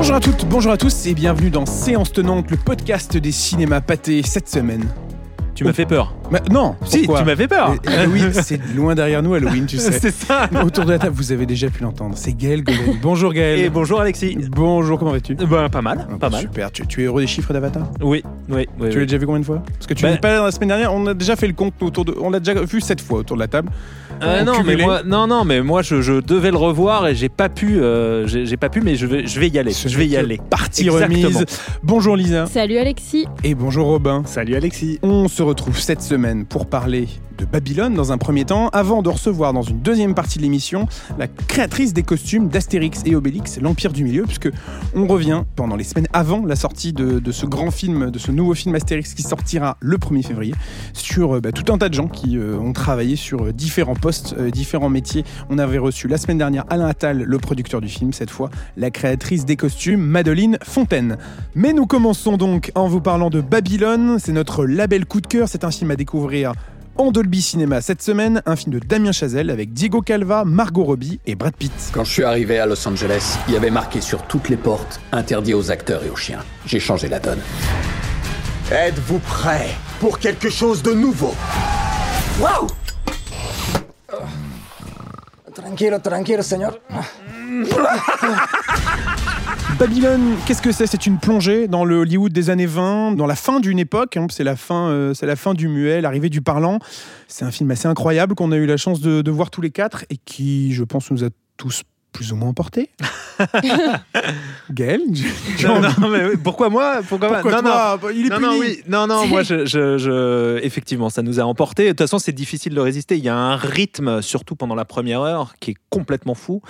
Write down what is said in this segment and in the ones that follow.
Bonjour à toutes, bonjour à tous et bienvenue dans Séance Tenante, le podcast des cinémas pâtés cette semaine. Tu m'as fait peur. Non, si, pourquoi ? tu m'as fait peur. Halloween, c'est loin derrière nous, Halloween, tu sais. C'est ça. Autour de la table, vous avez déjà pu l'entendre. C'est Gaël Golen. Bonjour Gaël. Et bonjour Alexis. Bonjour, comment vas-tu ? Pas mal, pas mal. Super, tu es heureux des chiffres d'Avatar ? Oui. Tu l'as déjà vu combien de fois ? Parce que tu n'es pas la semaine dernière, on a déjà fait le compte on l'a déjà vu 7 fois autour de la table. Non, mais moi je devais le revoir et j'ai pas pu, mais je vais y aller. Je vais y aller. Partie remise. Bonjour Lisa. Salut Alexis. Et bonjour Robin. Salut Alexis. On se retrouve cette semaine pour parler de Babylone dans un premier temps, avant de recevoir dans une deuxième partie de l'émission la créatrice des costumes d'Astérix et Obélix, l'Empire du Milieu, puisque on revient pendant les semaines avant la sortie de ce grand film, de ce nouveau film Astérix qui sortira le 1er février, sur tout un tas de gens qui ont travaillé sur différents postes, différents métiers. On avait reçu la semaine dernière Alain Attal, le producteur du film, cette fois la créatrice des costumes, Madeleine Fontaine. Mais nous commençons donc en vous parlant de Babylone, c'est notre label coup de cœur, c'est un film à découvrir en Dolby Cinéma cette semaine, un film de Damien Chazelle avec Diego Calva, Margot Robbie et Brad Pitt. Quand je suis arrivé à Los Angeles, il y avait marqué sur toutes les portes « Interdit aux acteurs et aux chiens ». J'ai changé la donne. Êtes-vous prêts pour quelque chose de nouveau ? Wow! Tranquilo, señor. Babylone, qu'est-ce que c'est ? C'est une plongée dans le Hollywood des années 20, dans la fin d'une époque. C'est la fin du muet, l'arrivée du parlant. C'est un film assez incroyable qu'on a eu la chance de voir tous les quatre et qui, je pense, nous a tous plus ou moins emporté. Gaël, non, mais pourquoi moi ? Pourquoi toi ? Il est puni. Moi, effectivement, ça nous a emporté. De toute façon, c'est difficile de résister. Il y a un rythme, surtout pendant la première heure, qui est complètement fou.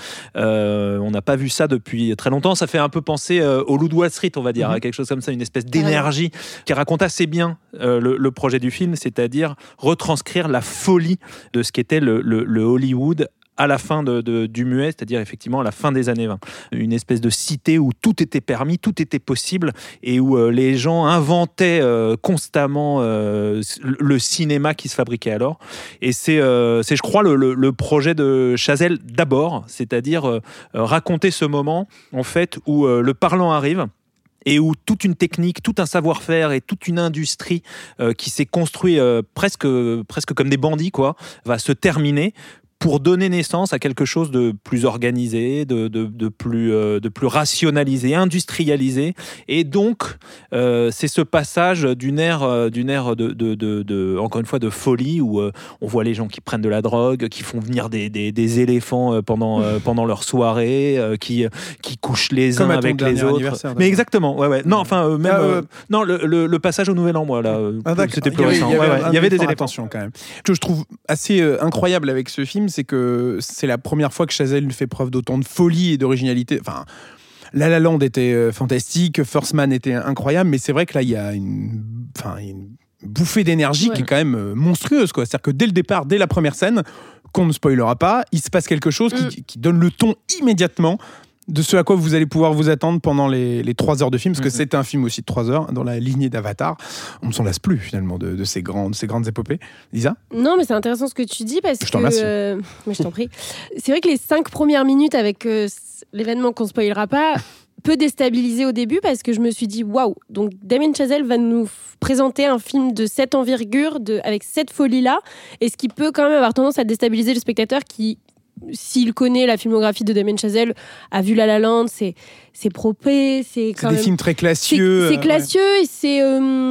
On n'a pas vu ça depuis très longtemps. Ça fait un peu penser au Loup de Wall Street, on va dire, à quelque chose comme ça, une espèce d'énergie qui raconte assez bien le projet du film, c'est-à-dire retranscrire la folie de ce qu'était le Hollywood à la fin du muet, c'est-à-dire effectivement à la fin des années 20. Une espèce de cité où tout était permis, tout était possible et où les gens inventaient constamment le cinéma qui se fabriquait alors. Et c'est je crois, le projet de Chazelle d'abord, c'est-à-dire raconter ce moment en fait où le parlant arrive et où toute une technique, tout un savoir-faire et toute une industrie qui s'est construit presque comme des bandits, quoi, va se terminer pour donner naissance à quelque chose de plus organisé, de plus rationalisé, industrialisé. Et donc, c'est ce passage d'une ère encore une fois, de folie, où on voit les gens qui prennent de la drogue, qui font venir des éléphants pendant leur soirée, qui couchent les uns avec les autres. Mais exactement, ouais. Non, enfin, non, le passage au Nouvel An, moi, là, c'était plus récent. Il y avait des éléments. Attention, quand même. Ce que je trouve assez incroyable avec ce film, c'est que c'est la première fois que Chazelle fait preuve d'autant de folie et d'originalité. Enfin, La La Land était fantastique, First Man était incroyable, mais c'est vrai que là, il y a une bouffée d'énergie qui est quand même monstrueuse, quoi. C'est-à-dire que dès le départ, dès la première scène, qu'on ne spoilera pas, il se passe quelque chose qui donne le ton immédiatement de ce à quoi vous allez pouvoir vous attendre pendant les 3 heures de film, parce que c'est un film aussi de 3 heures, dans la lignée d'Avatar. On ne s'en lasse plus, finalement, de ces grandes épopées. Lisa ? Non, mais c'est intéressant ce que tu dis, parce je t'en remercie. Mais je t'en prie. C'est vrai que les 5 premières minutes avec l'événement qu'on ne spoilera pas peut déstabiliser au début, parce que je me suis dit, waouh, donc Damien Chazelle va nous présenter un film de cette envergure, avec cette folie-là, et ce qui peut quand même avoir tendance à déstabiliser le spectateur qui, s'il connaît la filmographie de Damien Chazelle, a vu La La Land, c'est propé, c'est des films très classieux. C'est classieux et c'est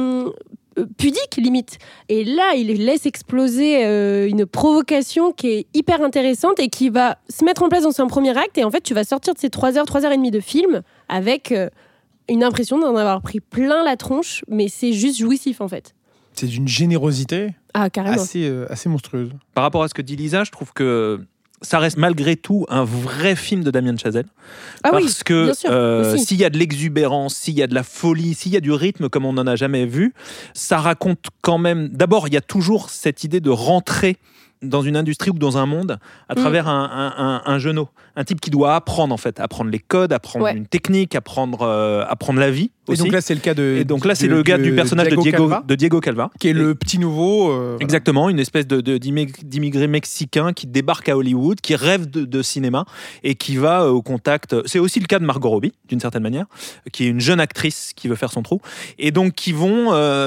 pudique, limite. Et là, il laisse exploser une provocation qui est hyper intéressante et qui va se mettre en place dans son premier acte. Et en fait, tu vas sortir de ces 3 heures et demie de film avec une impression d'en avoir pris plein la tronche, mais c'est juste jouissif, en fait. C'est d'une générosité carrément. assez monstrueuse. Par rapport à ce que dit Lisa, je trouve que ça reste malgré tout un vrai film de Damien Chazelle. Parce que s'il y a de l'exubérance, s'il y a de la folie, s'il y a du rythme comme on n'en a jamais vu, ça raconte quand même... D'abord, il y a toujours cette idée de rentrer dans une industrie ou dans un monde à travers un genou, un type qui doit apprendre en fait, apprendre les codes, apprendre une technique, apprendre la vie aussi. Et donc là c'est le cas c'est le gars du personnage de Diego Calva, qui est le petit nouveau. Exactement, une espèce d'immigré mexicain qui débarque à Hollywood, qui rêve de cinéma et qui va au contact. C'est aussi le cas de Margot Robbie d'une certaine manière, qui est une jeune actrice qui veut faire son trou, et donc qui vont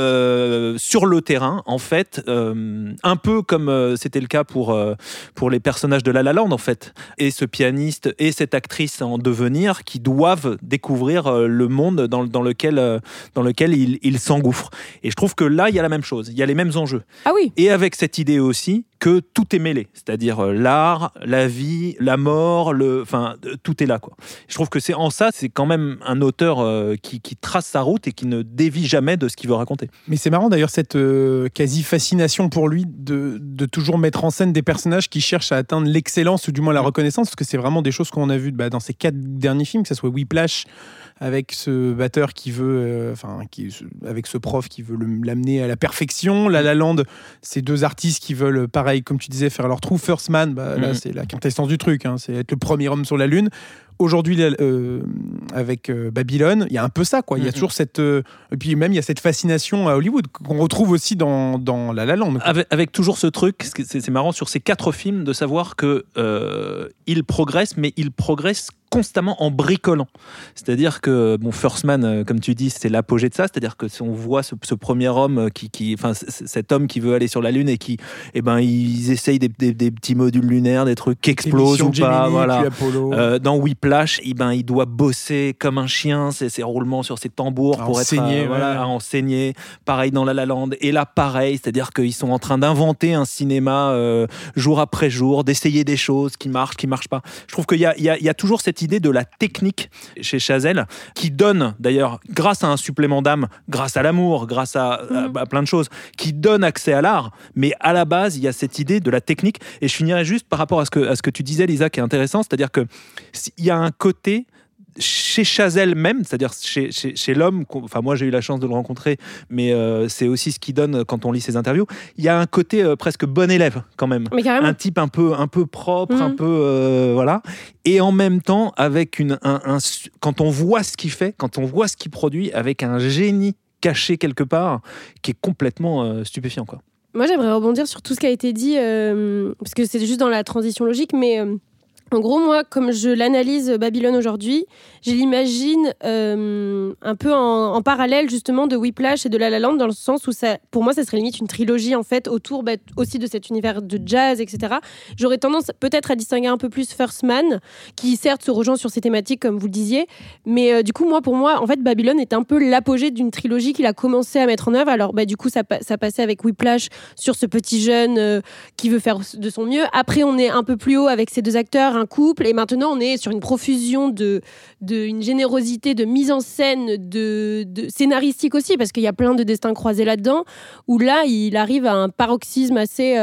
sur le terrain en fait, un peu comme c'était le cas pour les personnages de La La Land en fait, et ce pianiste et cette actrice en devenir qui doivent découvrir le monde dans lequel ils s'engouffrent. Et je trouve que là il y a la même chose, il y a les mêmes enjeux. Ah oui. Et avec cette idée aussi que tout est mêlé, c'est-à-dire l'art, la vie, la mort, tout est là quoi. Je trouve que c'est quand même un auteur qui trace sa route et qui ne dévie jamais de ce qu'il veut raconter. Mais c'est marrant d'ailleurs cette quasi fascination pour lui de toujours mettre en scène des personnages qui cherchent à atteindre l'excellence ou du moins la reconnaissance, parce que c'est vraiment des choses qu'on a vues dans ces 4 derniers films, que ce soit Whiplash avec ce batteur qui veut, avec ce prof qui veut l'amener à la perfection, La La Land, ces 2 artistes qui veulent, pareil, comme tu disais, faire leur trou. First Man, là c'est la quintessence du truc, hein, c'est être le premier homme sur la Lune. Aujourd'hui, avec Babylone, il y a un peu ça, quoi. Il y a toujours cette... et puis même, il y a cette fascination à Hollywood qu'on retrouve aussi dans La La Land. Avec toujours ce truc, c'est marrant, sur ces 4 films, de savoir qu'ils progressent, mais ils progressent constamment en bricolant. C'est-à-dire que, First Man, comme tu dis, c'est l'apogée de ça. C'est-à-dire que si on voit ce premier homme, cet homme qui veut aller sur la Lune et qui, ils essayent des petits modules lunaires, des trucs qui explosent ou pas. Voilà. Dans Whiplash, il doit bosser comme un chien, ses roulements sur ses tambours pour à enseigner. Pareil dans La La Land. Et là, pareil, c'est-à-dire qu'ils sont en train d'inventer un cinéma jour après jour, d'essayer des choses qui marchent pas. Je trouve qu'il y a toujours cette idée de la technique chez Chazelle, qui donne d'ailleurs, grâce à un supplément d'âme, grâce à l'amour, grâce à plein de choses, qui donne accès à l'art, mais à la base il y a cette idée de la technique. Et je finirai juste par rapport à ce que tu disais, Lisa, qui est intéressant, c'est-à-dire que il y a un côté chez Chazelle même, c'est-à-dire chez l'homme, moi j'ai eu la chance de le rencontrer, mais c'est aussi ce qu'il donne quand on lit ses interviews, il y a un côté presque bon élève quand même, un type un peu propre, un peu voilà, et en même temps avec quand on voit ce qu'il fait, quand on voit ce qu'il produit, avec un génie caché quelque part qui est complètement stupéfiant quoi. Moi j'aimerais rebondir sur tout ce qui a été dit, parce que c'est juste dans la transition logique, mais en gros, moi, comme je l'analyse Babylone aujourd'hui, je l'imagine un peu en parallèle justement de Whiplash et de La La Land, dans le sens où pour moi, ça serait limite une trilogie en fait autour aussi de cet univers de jazz, etc. J'aurais tendance peut-être à distinguer un peu plus First Man, qui certes se rejoint sur ces thématiques comme vous le disiez, mais du coup, pour moi, en fait, Babylone est un peu l'apogée d'une trilogie qu'il a commencé à mettre en œuvre. Alors, du coup, ça passait avec Whiplash sur ce petit jeune qui veut faire de son mieux. Après, on est un peu plus haut avec ces 2 acteurs, un couple, et maintenant on est sur une profusion une générosité de mise en scène, de scénaristique aussi, parce qu'il y a plein de destins croisés là-dedans, où là il arrive à un paroxysme assez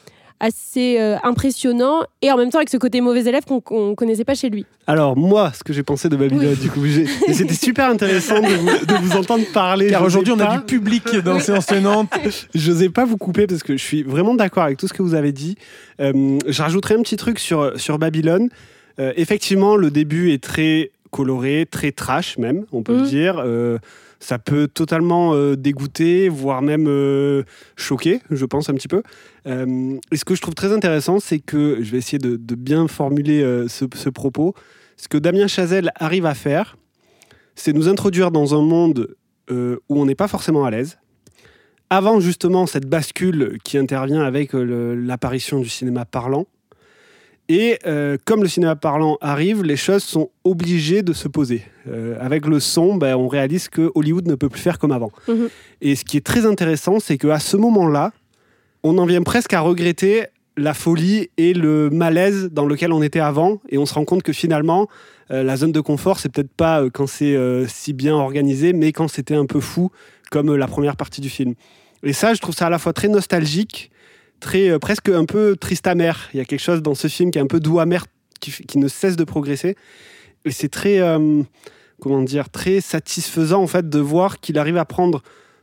impressionnant, et en même temps avec ce côté mauvais élève qu'on connaissait pas chez lui. Alors moi, ce que j'ai pensé de Babylone, du coup, et c'était super intéressant de vous entendre parler. Car aujourd'hui on a du public dans Séance Tenante. Je n'osais pas vous couper parce que je suis vraiment d'accord avec tout ce que vous avez dit. Je rajouterai un petit truc sur Babylone. Effectivement, le début est très coloré, très trash même, on peut le dire. Ça peut totalement dégoûter, voire même choquer, je pense un petit peu. Et ce que je trouve très intéressant, c'est que, je vais essayer de bien formuler ce propos, ce que Damien Chazelle arrive à faire, c'est nous introduire dans un monde où on n'est pas forcément à l'aise, avant justement cette bascule qui intervient avec l'apparition du cinéma parlant. Et comme le cinéma parlant arrive, les choses sont obligées de se poser. Avec le son, on réalise que Hollywood ne peut plus faire comme avant. Et ce qui est très intéressant, c'est qu'à ce moment-là, on en vient presque à regretter la folie et le malaise dans lequel on était avant. Et on se rend compte que finalement, la zone de confort, c'est peut-être pas quand c'est si bien organisé, mais quand c'était un peu fou, comme la première partie du film. Et ça, je trouve ça à la fois très nostalgique, presque un peu triste amer. Il y a quelque chose dans ce film qui est un peu doux amer, qui ne cesse de progresser. Et c'est très, très satisfaisant en fait de voir qu'il arrive à prendre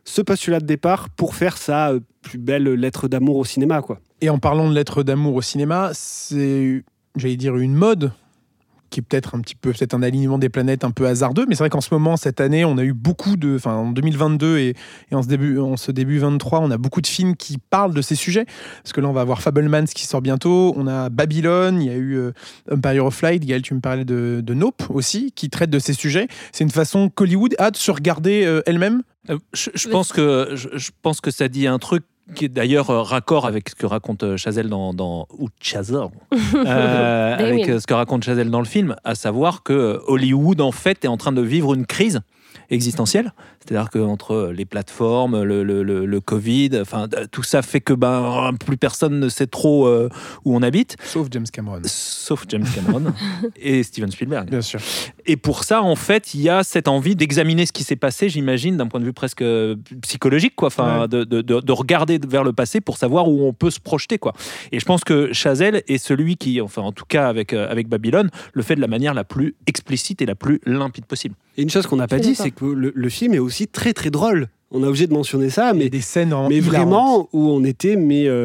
ce postulat de départ pour faire sa plus belle lettre d'amour au cinéma, quoi. Et en parlant de lettres d'amour au cinéma, c'est, j'allais dire, une mode qui est peut-être un alignement des planètes un peu hasardeux, mais c'est vrai qu'en ce moment, cette année, on a eu en 2022 et en ce début 23, on a beaucoup de films qui parlent de ces sujets, parce que là, on va avoir Fabelmans qui sort bientôt, on a Babylone, il y a eu Empire of Light, Gaël, tu me parlais de Nope aussi, qui traite de ces sujets. C'est une façon qu'Hollywood a de se regarder elle-même. Je pense que ça dit un truc qui est d'ailleurs raccord avec ce que raconte Chazelle ou Chazelle, avec ce que raconte Chazelle dans le film, à savoir que Hollywood en fait est en train de vivre une crise existentielle, c'est-à-dire qu'entre les plateformes, le Covid, enfin tout ça fait que plus personne ne sait trop où on habite. Sauf James Cameron et Steven Spielberg. Bien sûr. Et pour ça, en fait, il y a cette envie d'examiner ce qui s'est passé, j'imagine, d'un point de vue presque psychologique, quoi. Enfin, ouais. de regarder vers le passé pour savoir où on peut se projeter, quoi. Et je pense que Chazelle est celui qui, enfin, en tout cas avec Babylone, le fait de la manière la plus explicite et la plus limpide possible. Et une chose qu'on n'a pas dit, c'est que le film est aussi très très drôle. On a obligé de mentionner ça, mais des scènes vraiment où on était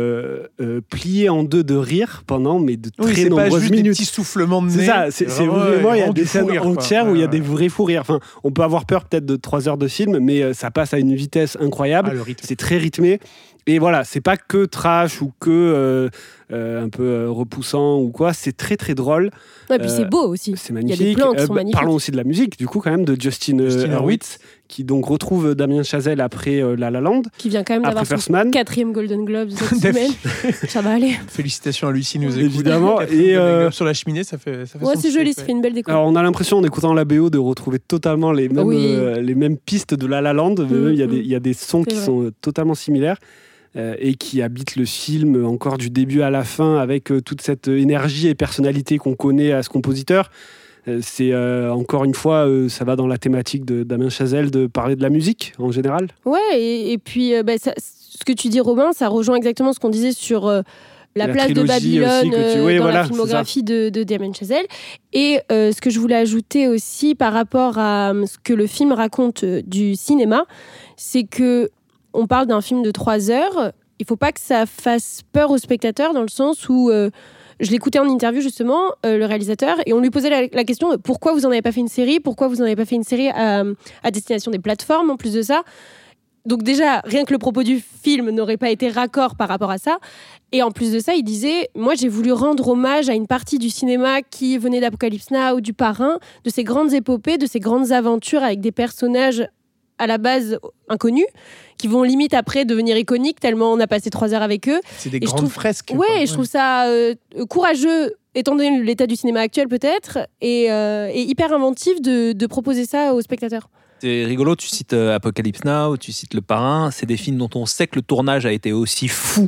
pliés en deux de rire pendant de très nombreuses minutes. C'est pas juste des petits soufflements de nez. C'est ça, c'est vraiment, il y a des scènes entières où il y a des vrais fous rires. Enfin, on peut avoir peur peut-être de 3 heures de film, mais ça passe à une vitesse incroyable. C'est très rythmé. Et voilà, c'est pas que trash ou que un peu repoussant ou quoi, c'est très très drôle. Ouais, puis c'est beau aussi. C'est magnifique. Il y a des plans qui sont magnifiques. Parlons aussi de la musique, du coup, quand même, de Justin Hurwitz, qui donc retrouve Damien Chazelle après La La Land. Qui vient quand même d'avoir son 4e Golden Globe cette semaine. Ça va aller. Félicitations à lui s'il nous écoute. Évidemment. Et sur la cheminée, ça fait ouais, c'est joli, ça fait une belle déco. Alors, on a l'impression, en écoutant la BO, de retrouver totalement les mêmes pistes de La La Land. Il y a des sons qui sont totalement similaires. Et qui habite le film encore du début à la fin avec toute cette énergie et personnalité qu'on connaît à ce compositeur. C'est encore une fois, ça va dans la thématique de Damien Chazelle de parler de la musique en général. Ouais, et puis ce que tu dis, Robin, ça rejoint exactement ce qu'on disait sur la place de Babylone dans la filmographie de Damien Chazelle. Et ce que je voulais ajouter aussi par rapport à ce que le film raconte du cinéma, c'est que on parle d'un film de 3 heures. Il ne faut pas que ça fasse peur aux spectateurs dans le sens où je l'écoutais en interview justement, le réalisateur, et on lui posait la question de pourquoi vous n'en avez pas fait une série, pourquoi vous n'en avez pas fait une série à destination des plateformes en plus de ça. Donc déjà, rien que le propos du film n'aurait pas été raccord par rapport à ça. Et en plus de ça, il disait, moi j'ai voulu rendre hommage à une partie du cinéma qui venait d'Apocalypse Now, du Parrain, de ces grandes épopées, de ces grandes aventures avec des personnages à la base inconnus, qui vont limite après devenir iconiques tellement on a passé 3 heures avec eux. C'est des grandes fresques. Ouais, et je trouve ça courageux, étant donné l'état du cinéma actuel peut-être, et hyper inventif de proposer ça aux spectateurs. C'est rigolo, tu cites Apocalypse Now, tu cites Le Parrain, c'est des films dont on sait que le tournage a été aussi fou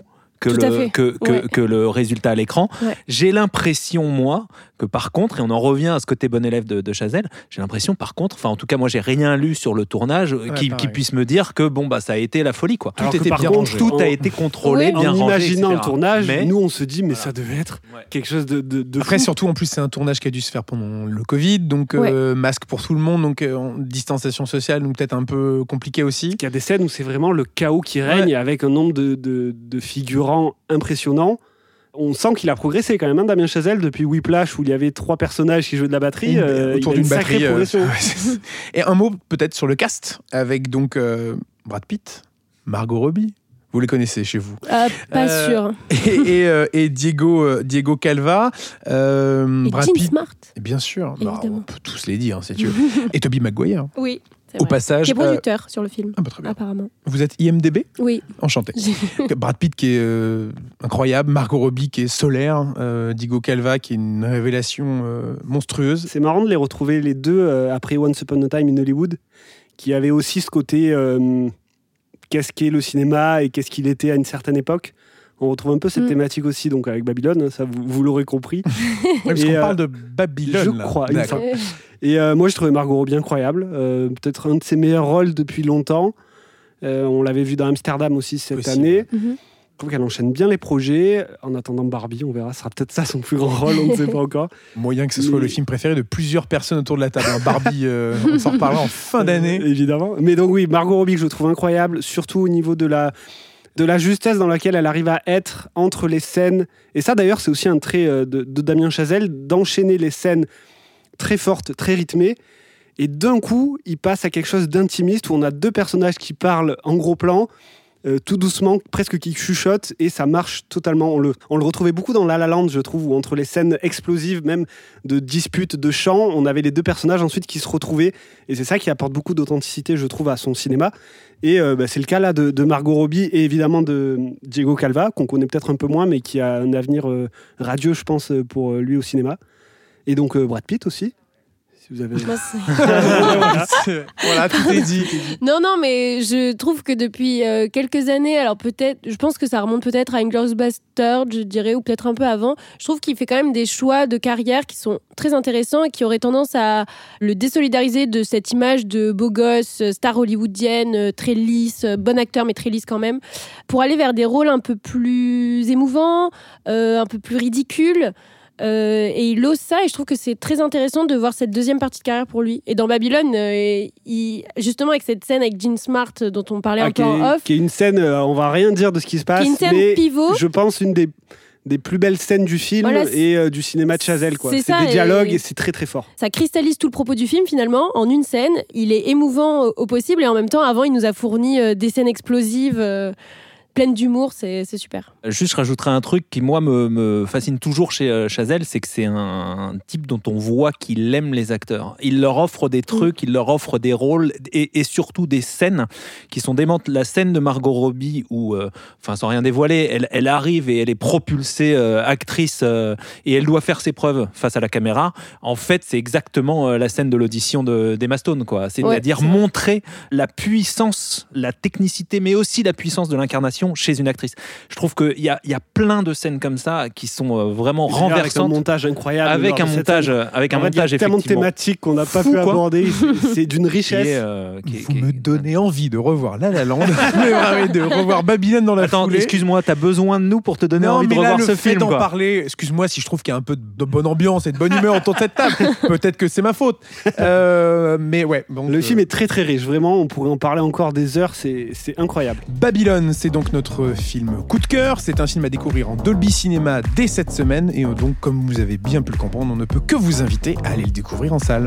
que le résultat à l'écran. Ouais. J'ai l'impression, moi, que par contre, et on en revient à ce côté bon élève de Chazelle, j'ai l'impression par contre, enfin en tout cas moi j'ai rien lu sur le tournage qui puisse me dire que ça a été la folie, quoi. Tout était bien rangé. Tout a été contrôlé, bien rangé. En imaginant le tournage, nous on se dit mais ça devait être quelque chose de Après fou. Surtout en plus c'est un tournage qui a dû se faire pendant le Covid, donc masque pour tout le monde, donc distanciation sociale, donc peut-être un peu compliqué aussi. Il y a des scènes où c'est vraiment le chaos qui règne avec un nombre de figurants impressionnant. On sent qu'il a progressé quand même, hein, Damien Chazelle, depuis Whiplash où il y avait 3 personnages qui jouaient de la batterie. Autour d'une batterie. Et un mot peut-être sur le cast, avec donc Brad Pitt, Margot Robbie. Vous les connaissez chez vous. Pas sûr. Et Diego Calva. Et Brad Jean Pitt. Smart. Bien sûr. On peut tous les dire, si tu veux. Et Tobey Maguire. Oui. Au passage, qui est producteur sur le film, très bien. Apparemment. Vous êtes IMDb ? Oui. Enchanté. Brad Pitt qui est incroyable, Margot Robbie qui est solaire, Diego Calva qui est une révélation monstrueuse. C'est marrant de les retrouver les deux après Once Upon a Time in Hollywood, qui avait aussi ce côté qu'est-ce qu'est le cinéma et qu'est-ce qu'il était à une certaine époque. On retrouve un peu cette thématique aussi donc avec Babylone, ça vous l'aurez compris. Parce qu'on parle de Babylone. Je crois. Et moi, j'ai trouvé Margot Robbie incroyable. Peut-être un de ses meilleurs rôles depuis longtemps. On l'avait vu dans Amsterdam aussi cette année. Je trouve qu'elle enchaîne bien les projets. En attendant Barbie, on verra, ce sera peut-être ça son plus grand rôle, on ne sait pas encore. Moyen que ce soit le film préféré de plusieurs personnes autour de la table. Barbie, on s'en reparlera en fin d'année. Évidemment. Mais donc oui, Margot Robbie que je trouve incroyable, surtout au niveau de la justesse dans laquelle elle arrive à être entre les scènes. Et ça d'ailleurs, c'est aussi un trait de Damien Chazelle, d'enchaîner les scènes très fortes, très rythmées. Et d'un coup, il passe à quelque chose d'intimiste où on a deux personnages qui parlent en gros plan, tout doucement, presque qui chuchotent, et ça marche totalement. On le retrouvait beaucoup dans La La Land, je trouve, où entre les scènes explosives, même de disputes, de chants, on avait les deux personnages ensuite qui se retrouvaient, et c'est ça qui apporte beaucoup d'authenticité, je trouve, à son cinéma. Et c'est le cas là de Margot Robbie et évidemment de Diego Calva, qu'on connaît peut-être un peu moins, mais qui a un avenir radieux, je pense, pour lui au cinéma. Et donc Brad Pitt aussi. Si vous avez... Voilà, tout est dit. Non, mais je trouve que depuis quelques années, alors peut-être, je pense que ça remonte peut-être à Inglourious Basterds, je dirais, ou peut-être un peu avant, je trouve qu'il fait quand même des choix de carrière qui sont très intéressants et qui auraient tendance à le désolidariser de cette image de beau gosse, star hollywoodienne, très lisse, bon acteur mais très lisse quand même, pour aller vers des rôles un peu plus émouvants, un peu plus ridicules. Et il ose ça et je trouve que c'est très intéressant de voir cette deuxième partie de carrière pour lui. Et dans Babylone, justement avec cette scène avec Jean Smart dont on parlait un peu en off, qui est une scène, on va rien dire de ce qui se passe, qui est une scène mais pivot. Je pense une des plus belles scènes du film et du cinéma de Chazelle, quoi. C'est des dialogues et c'est très très fort. Ça cristallise tout le propos du film finalement en une scène. Il est émouvant au possible et en même temps avant il nous a fourni des scènes explosives pleine d'humour, c'est super. Juste, je rajouterai un truc qui, moi, me fascine toujours chez Chazelle, c'est que c'est un type dont on voit qu'il aime les acteurs. Il leur offre des trucs, il leur offre des rôles et surtout des scènes qui sont démentes. La scène de Margot Robbie où, sans rien dévoiler, elle arrive et elle est propulsée actrice et elle doit faire ses preuves face à la caméra. En fait, c'est exactement la scène de l'audition d'Emma Stone, quoi. C'est-à-dire montrer la puissance, la technicité, mais aussi la puissance de l'incarnation chez une actrice. Je trouve qu'il y a plein de scènes comme ça qui sont vraiment renversantes. Avec un montage incroyable. Avec un montage effectivement. Tellement de thématiques qu'on n'a pas pu aborder. C'est d'une richesse. Vous me donnez envie de revoir La La Land, de revoir Babylone dans la foulée. Attends, excuse-moi, t'as besoin de nous pour te donner envie de revoir ce film. Non, mais là, le fait d'en parler, excuse-moi si je trouve qu'il y a un peu de bonne ambiance et de bonne humeur autour de cette table. Peut-être que c'est ma faute. Mais ouais. Donc, le film est très très riche. Vraiment, on pourrait en parler encore des heures. C'est incroyable. Babylone, c'est donc notre film coup de cœur. C'est un film à découvrir en Dolby Cinéma dès cette semaine. Et donc, comme vous avez bien pu le comprendre, on ne peut que vous inviter à aller le découvrir en salle.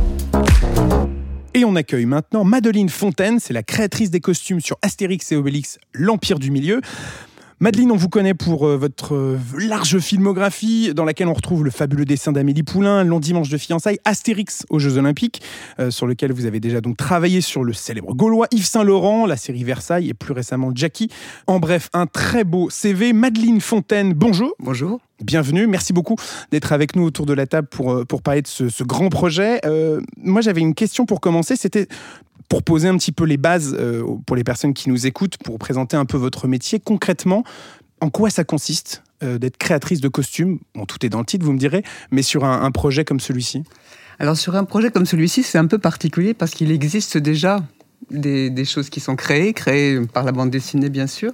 Et on accueille maintenant Madeleine Fontaine. C'est la créatrice des costumes sur Astérix et Obélix, l'Empire du Milieu. Madeleine, on vous connaît pour votre large filmographie dans laquelle on retrouve le fabuleux dessin d'Amélie Poulain, Long dimanche de fiançailles, Astérix aux Jeux Olympiques, sur lequel vous avez déjà donc travaillé sur le célèbre Gaulois, Yves Saint-Laurent, la série Versailles et plus récemment Jackie. En bref, un très beau CV. Madeleine Fontaine, bonjour. Bonjour. Bienvenue, merci beaucoup d'être avec nous autour de la table pour parler de ce grand projet. Moi, j'avais une question pour commencer, c'était pour poser un petit peu les bases pour les personnes qui nous écoutent, pour présenter un peu votre métier. Concrètement, en quoi ça consiste d'être créatrice de costumes? Bon, tout est dans le titre, vous me direz, mais sur un projet comme celui-ci. Alors, sur un projet comme celui-ci, c'est un peu particulier parce qu'il existe déjà des choses qui sont créées par la bande dessinée, bien sûr.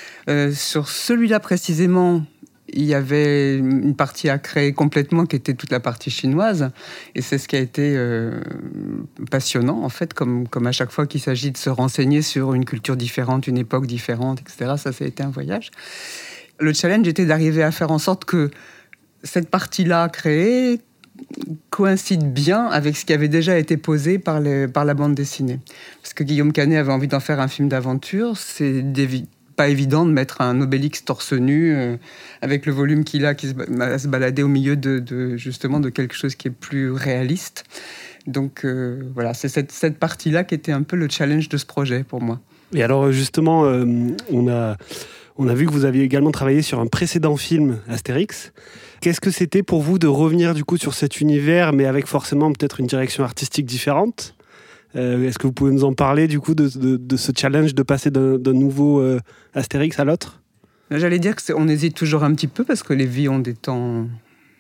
Sur celui-là, précisément, il y avait une partie à créer complètement qui était toute la partie chinoise. Et c'est ce qui a été passionnant, en fait, comme à chaque fois qu'il s'agit de se renseigner sur une culture différente, une époque différente, etc. Ça a été un voyage. Le challenge était d'arriver à faire en sorte que cette partie-là créée coïncide bien avec ce qui avait déjà été posé par la bande dessinée. Parce que Guillaume Canet avait envie d'en faire un film d'aventure. C'est pas évident de mettre un Obélix torse nu avec le volume qu'il a, qui se balader au milieu justement de quelque chose qui est plus réaliste. Donc voilà, c'est cette partie-là qui était un peu le challenge de ce projet pour moi. Et alors justement, on a vu que vous aviez également travaillé sur un précédent film, Astérix. Qu'est-ce que c'était pour vous de revenir du coup sur cet univers, mais avec forcément peut-être une direction artistique différente ? Est-ce que vous pouvez nous en parler du coup de ce challenge de passer d'un nouveau Astérix à l'autre? J'allais dire qu'on hésite toujours un petit peu parce que les vies ont des temps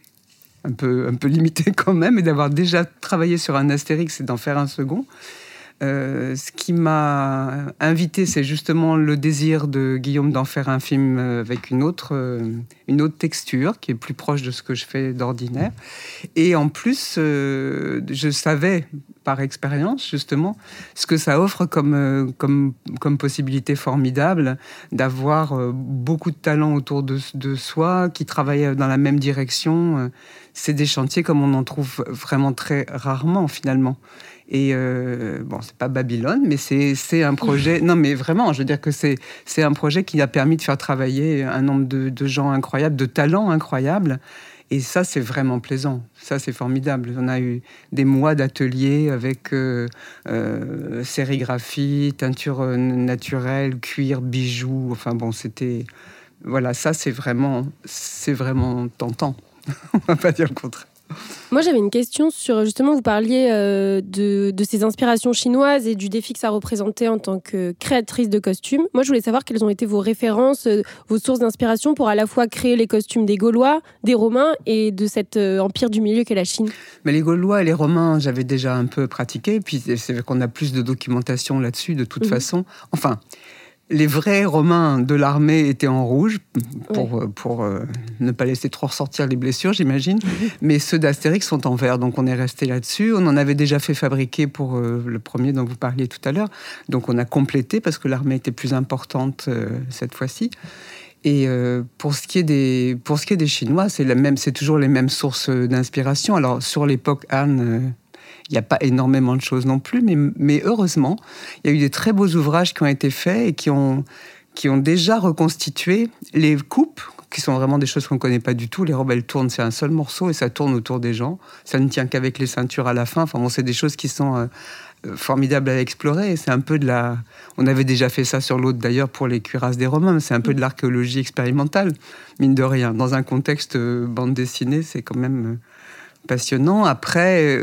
un peu limités quand même, et d'avoir déjà travaillé sur un Astérix et d'en faire un second. Ce qui m'a invité, c'est justement le désir de Guillaume d'en faire un film avec une autre texture, qui est plus proche de ce que je fais d'ordinaire. Et en plus, je savais, par expérience, justement, ce que ça offre comme possibilité formidable d'avoir beaucoup de talents autour de soi, qui travaillent dans la même direction. C'est des chantiers comme on en trouve vraiment très rarement, finalement. Et c'est pas Babylone, mais c'est un projet... Non, mais vraiment, je veux dire que c'est un projet qui a permis de faire travailler un nombre de gens incroyables, de talents incroyables. Et ça, c'est vraiment plaisant. Ça, c'est formidable. On a eu des mois d'ateliers avec sérigraphie, teinture naturelle, cuir, bijoux. Enfin bon, c'était... Voilà, ça, c'est vraiment tentant. On va pas dire le contraire. Moi, j'avais une question sur, justement, vous parliez de ces inspirations chinoises et du défi que ça représentait en tant que créatrice de costumes. Moi, je voulais savoir quelles ont été vos références, vos sources d'inspiration pour à la fois créer les costumes des Gaulois, des Romains et de cet empire du milieu qu'est la Chine. Mais les Gaulois et les Romains, j'avais déjà un peu pratiqué. Puis c'est vrai qu'on a plus de documentation pour de toute façon. Enfin... Les vrais Romains de l'armée étaient en rouge, pour ne pas laisser trop ressortir les blessures, j'imagine. Mais ceux d'Astérix sont en vert, donc on est resté là-dessus. On en avait déjà fait fabriquer pour le premier dont vous parliez tout à l'heure. Donc on a complété, parce que l'armée était plus importante cette fois-ci. Et pour ce qui est des Chinois, c'est toujours les mêmes sources d'inspiration. Alors sur l'époque Han... il n'y a pas énormément de choses non plus, mais heureusement, il y a eu des très beaux ouvrages qui ont été faits et qui ont déjà reconstitué les coupes, qui sont vraiment des choses qu'on ne connaît pas du tout. Les robes, elles tournent, c'est un seul morceau et ça tourne autour des gens. Ça ne tient qu'avec les ceintures à la fin. Enfin bon, c'est des choses qui sont formidables à explorer. Et c'est un peu on avait déjà fait ça sur l'autre d'ailleurs pour les cuirasses des Romains. C'est un peu de l'archéologie expérimentale, mine de rien. Dans un contexte bande dessinée, c'est quand même passionnant. Après...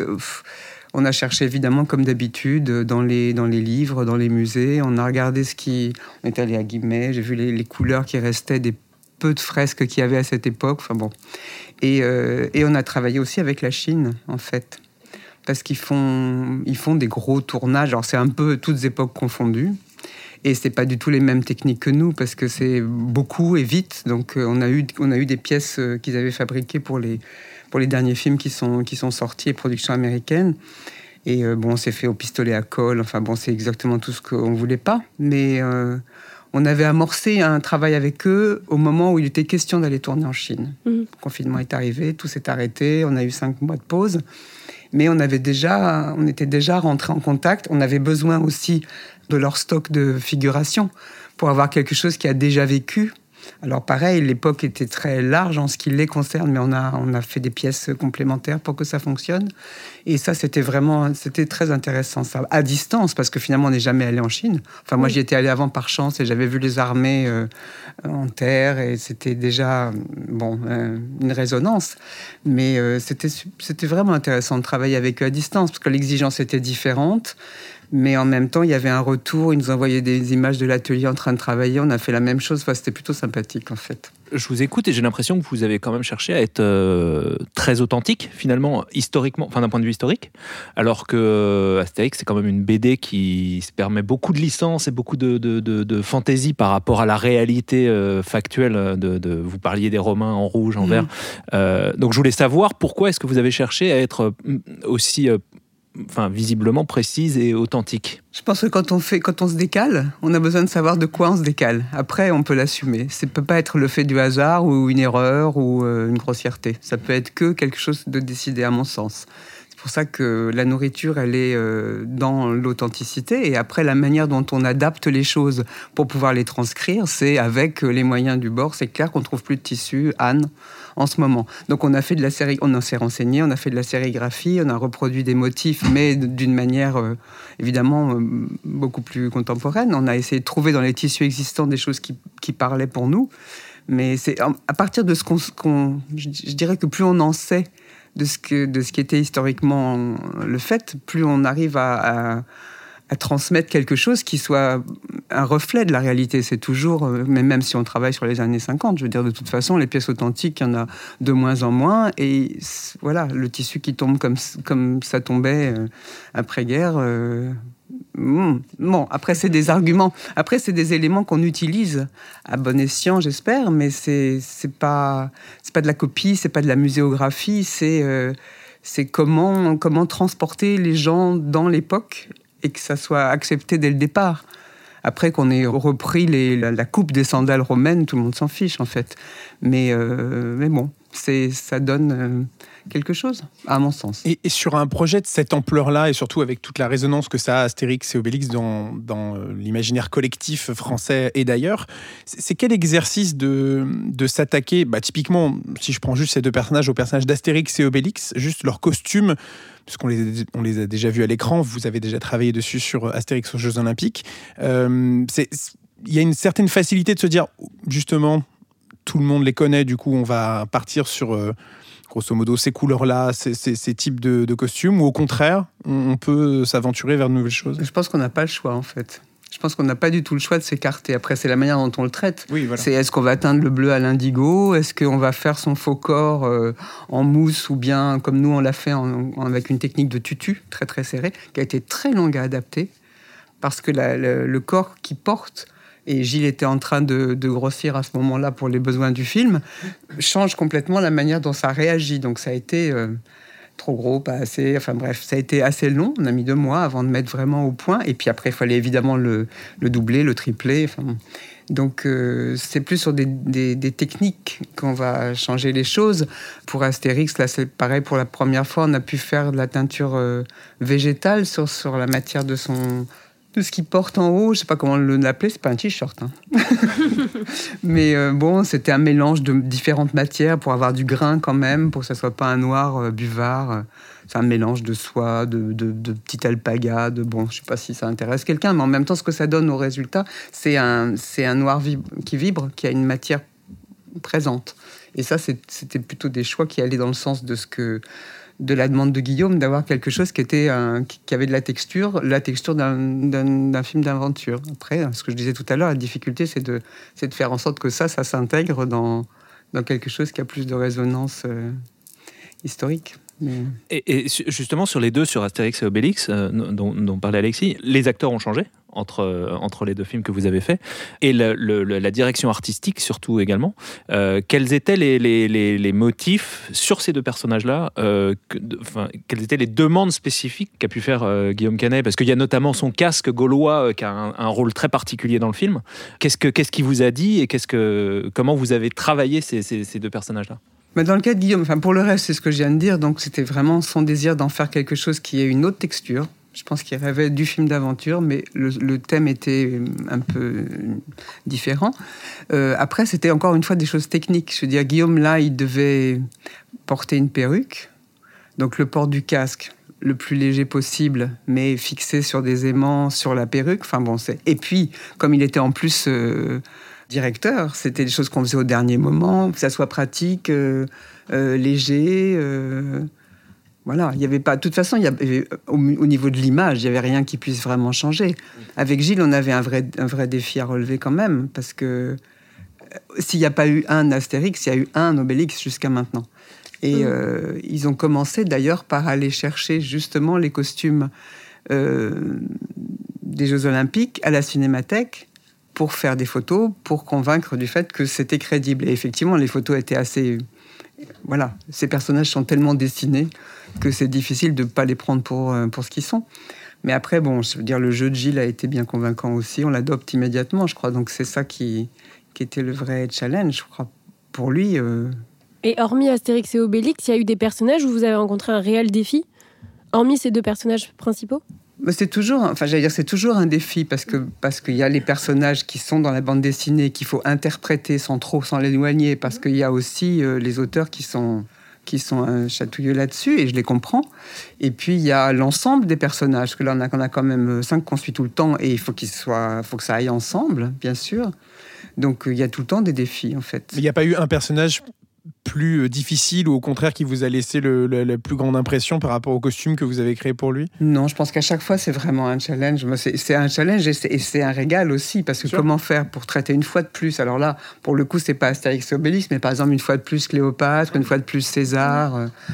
on a cherché évidemment, comme d'habitude, dans les livres, dans les musées. On a regardé on est allé à Guimet, j'ai vu les couleurs qui restaient des peu de fresques qu'il y avait à cette époque. Enfin bon. Et on a travaillé aussi avec la Chine, en fait. Parce qu'ils font des gros tournages. Alors, c'est un peu toutes époques confondues. Et c'est pas du tout les mêmes techniques que nous, parce que c'est beaucoup et vite. Donc, on a eu des pièces qu'ils avaient fabriquées pour les derniers films qui sont sortis, production américaine. Et on s'est fait au pistolet à colle. Enfin bon, c'est exactement tout ce qu'on voulait pas. Mais on avait amorcé un travail avec eux au moment où il était question d'aller tourner en Chine. Le confinement est arrivé, tout s'est arrêté. On a eu 5 mois de pause. Mais on était déjà rentrés en contact. On avait besoin aussi de leur stock de figuration pour avoir quelque chose qui a déjà vécu. Alors pareil, l'époque était très large en ce qui les concerne, mais on a fait des pièces complémentaires pour que ça fonctionne. Et ça, c'était très intéressant, ça, à distance, parce que finalement, on n'est jamais allé en Chine. Enfin, moi, j'y étais allé avant par chance et j'avais vu les armées en terre et c'était déjà une résonance. Mais c'était vraiment intéressant de travailler avec eux à distance, parce que l'exigence était différente. Mais en même temps, il y avait un retour. Ils nous envoyaient des images de l'atelier en train de travailler. On a fait la même chose. Enfin, c'était plutôt sympathique, en fait. Je vous écoute et j'ai l'impression que vous avez quand même cherché à être très authentique, finalement, historiquement, enfin d'un point de vue historique. Alors que Astérix, c'est quand même une BD qui se permet beaucoup de licences et beaucoup de fantaisie par rapport à la réalité factuelle. Vous parliez des Romains en rouge, en vert. Donc je voulais savoir pourquoi est-ce que vous avez cherché à être aussi... visiblement précise et authentique. Je pense que quand on se décale, on a besoin de savoir de quoi on se décale. Après, on peut l'assumer. Ça ne peut pas être le fait du hasard ou une erreur ou une grossièreté. Ça peut être que quelque chose de décidé, à mon sens. C'est pour ça que la nourriture, elle est dans l'authenticité. Et après, la manière dont on adapte les choses pour pouvoir les transcrire, c'est avec les moyens du bord. C'est clair qu'on ne trouve plus de tissu, Anne, en ce moment. Donc on a fait on s'est renseigné, on a fait de la sérigraphie, on a reproduit des motifs, mais d'une manière évidemment beaucoup plus contemporaine. On a essayé de trouver dans les tissus existants des choses qui parlaient pour nous. Mais c'est à partir de ce je dirais que plus on en sait de ce qui était historiquement le fait, plus on arrive à transmettre quelque chose qui soit un reflet de la réalité. C'est toujours, mais même si on travaille sur les années 50, je veux dire, de toute façon, les pièces authentiques, il y en a de moins en moins. Et voilà, le tissu qui tombe comme ça tombait après-guerre, Bon, après, c'est des arguments. Après, c'est des éléments qu'on utilise à bon escient, j'espère, mais c'est pas de la copie, c'est pas de la muséographie, c'est comment transporter les gens dans l'époque et que ça soit accepté dès le départ. Après qu'on ait repris la coupe des sandales romaines, tout le monde s'en fiche, en fait. Mais bon, ça donne quelque chose, à mon sens. Et sur un projet de cette ampleur-là, et surtout avec toute la résonance que ça a, Astérix et Obélix, dans l'imaginaire collectif français et d'ailleurs, c'est quel exercice de s'attaquer, typiquement, si je prends juste ces deux personnages, aux personnages d'Astérix et Obélix, juste leurs costumes, puisqu'on les a déjà vus à l'écran, vous avez déjà travaillé dessus sur Astérix aux Jeux Olympiques. Il y a une certaine facilité de se dire, justement, tout le monde les connaît, du coup, on va partir sur, grosso modo, ces couleurs-là, ces types de costumes, ou au contraire, on peut s'aventurer vers de nouvelles choses? Je pense qu'on n'a pas le choix, en fait. Je pense qu'on n'a pas du tout le choix de s'écarter. Après, c'est la manière dont on le traite. Oui, voilà. C'est est-ce qu'on va atteindre le bleu à l'indigo? Est-ce qu'on va faire son faux corps en mousse, ou bien, comme nous, on l'a fait avec une technique de tutu, très très serrée, qui a été très longue à adapter, parce que le corps qu'il porte, et Gilles était en train de grossir à ce moment-là pour les besoins du film, change complètement la manière dont ça réagit. Donc ça a été trop gros, pas assez... Enfin bref, ça a été assez long. On a mis 2 mois avant de mettre vraiment au point. Et puis après, il fallait évidemment le doubler, le tripler. Enfin, donc c'est plus sur des techniques qu'on va changer les choses. Pour Astérix, là c'est pareil, pour la première fois, on a pu faire de la teinture végétale sur la matière de ce qu'il porte en haut. Je sais pas comment l'appeler, c'est pas un t-shirt. Hein. Mais bon, c'était un mélange de différentes matières pour avoir du grain quand même, pour que ça soit pas un noir buvard. C'est un mélange de soie, de petite alpaga, bon, je sais pas si ça intéresse quelqu'un, mais en même temps, ce que ça donne au résultat, c'est un noir qui vibre, qui a une matière présente. Et ça, c'était plutôt des choix qui allaient dans le sens de la demande de Guillaume, d'avoir quelque chose qui avait de la texture d'un film d'aventure. Après, ce que je disais tout à l'heure, la difficulté, c'est de faire en sorte que ça s'intègre dans quelque chose qui a plus de résonance historique. Mais... Et justement, sur les deux, sur Astérix et Obélix, dont parlait Alexis, les acteurs ont changé entre les deux films que vous avez faits, et la direction artistique surtout également. Quels étaient les motifs sur ces deux personnages-là, quelles étaient les demandes spécifiques qu'a pu faire Guillaume Canet? Parce qu'il y a notamment son casque gaulois qui a un rôle très particulier dans le film. Qu'est-ce qu'il vous a dit et comment vous avez travaillé ces deux personnages-là? Mais dans le cas de Guillaume, pour le reste, c'est ce que je viens de dire, donc c'était vraiment son désir d'en faire quelque chose qui ait une autre texture. Je pense qu'il rêvait du film d'aventure, mais le thème était un peu différent. Après, c'était encore une fois des choses techniques. Je veux dire, Guillaume, là, il devait porter une perruque. Donc, le port du casque, le plus léger possible, mais fixé sur des aimants sur la perruque. Et puis, comme il était en plus directeur, c'était des choses qu'on faisait au dernier moment, que ça soit pratique, léger... Voilà, il y avait pas. De toute façon, il y avait, au niveau de l'image, il y avait rien qui puisse vraiment changer. Avec Gilles, on avait un vrai défi à relever quand même, parce que s'il n'y a pas eu un Astérix, il y a eu un Obélix jusqu'à maintenant. Et ils ont commencé d'ailleurs par aller chercher justement les costumes des Jeux Olympiques à la Cinémathèque pour faire des photos, pour convaincre du fait que c'était crédible. Et effectivement, les photos étaient assez... Voilà, ces personnages sont tellement dessinés que c'est difficile de ne pas les prendre pour ce qu'ils sont. Mais après, bon, je veux dire, le jeu de Gilles a été bien convaincant aussi. On l'adopte immédiatement, je crois. Donc c'est ça qui était le vrai challenge, je crois, pour lui. Et hormis Astérix et Obélix, il y a eu des personnages où vous avez rencontré un réel défi, hormis ces deux personnages principaux? C'est toujours un défi parce qu'il y a les personnages qui sont dans la bande dessinée qu'il faut interpréter sans l'éloigner, parce qu'il y a aussi les auteurs qui sont chatouilleux là-dessus, et je les comprends. Et puis il y a l'ensemble des personnages, que là on a quand même 5 qu'on suit tout le temps, et il faut que ça aille ensemble, bien sûr. Donc il y a tout le temps des défis en fait. Il n'y a pas eu un personnage plus difficile, ou au contraire qui vous a laissé la plus grande impression par rapport au costume que vous avez créé pour lui? Non, je pense qu'à chaque fois c'est vraiment un challenge. C'est un challenge, et c'est un régal aussi, parce que comment faire pour traiter une fois de plus? Alors là, pour le coup, c'est pas Astérix et Obélix, mais par exemple une fois de plus Cléopâtre, une fois de plus César.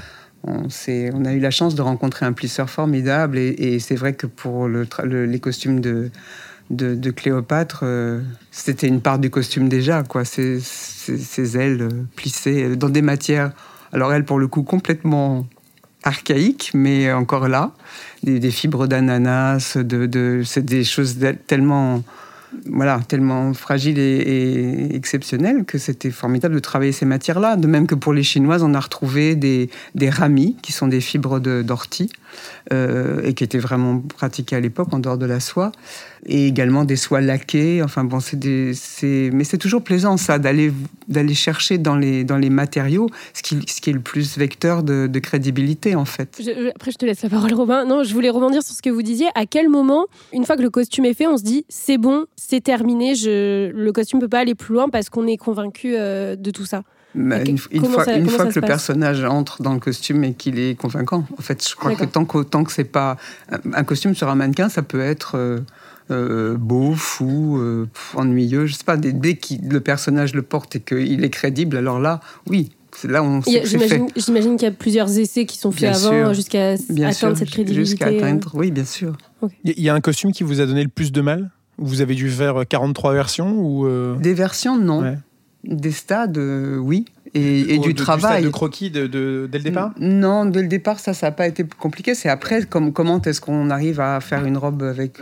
On a eu la chance de rencontrer un plisseur formidable et c'est vrai que pour les costumes de Cléopâtre, c'était une part du costume déjà, quoi. Ces ailes plissées dans des matières, alors elle pour le coup complètement archaïques, mais encore là, des fibres d'ananas, c'est des choses tellement fragiles et exceptionnelles que c'était formidable de travailler ces matières-là. De même que pour les Chinoises, on a retrouvé des ramis, qui sont des fibres d'ortie, et qui étaient vraiment pratiquées à l'époque, en dehors de la soie, et également des soies laquées. Enfin bon, mais c'est toujours plaisant, ça, d'aller chercher dans les matériaux ce qui est le plus vecteur de crédibilité, en fait. Après, je te laisse la parole, Robin. Non, je voulais rebondir sur ce que vous disiez. À quel moment, une fois que le costume est fait, on se dit c'est bon, c'est terminé, le costume ne peut pas aller plus loin parce qu'on est convaincu de tout ça? Une fois que le personnage entre dans le costume et qu'il est convaincant. En fait, je crois que tant que c'est pas un costume sur un mannequin, ça peut être beau, fou, ennuyeux. Je sais pas. Dès que le personnage le porte et qu'il est crédible, alors là, oui. C'est là où on sait que c'est fait. J'imagine qu'il y a plusieurs essais qui sont faits avant jusqu'à atteindre cette crédibilité. Jusqu'à atteindre, oui, bien sûr. Okay. Il y a un costume qui vous a donné le plus de mal? Vous avez dû faire 43 versions ou Des versions, non. Ouais. Des stades, oui. Et du travail. Du stade de croquis dès le départ? Non, dès le départ, ça n'a pas été compliqué. C'est après, comment est-ce qu'on arrive à faire une robe avec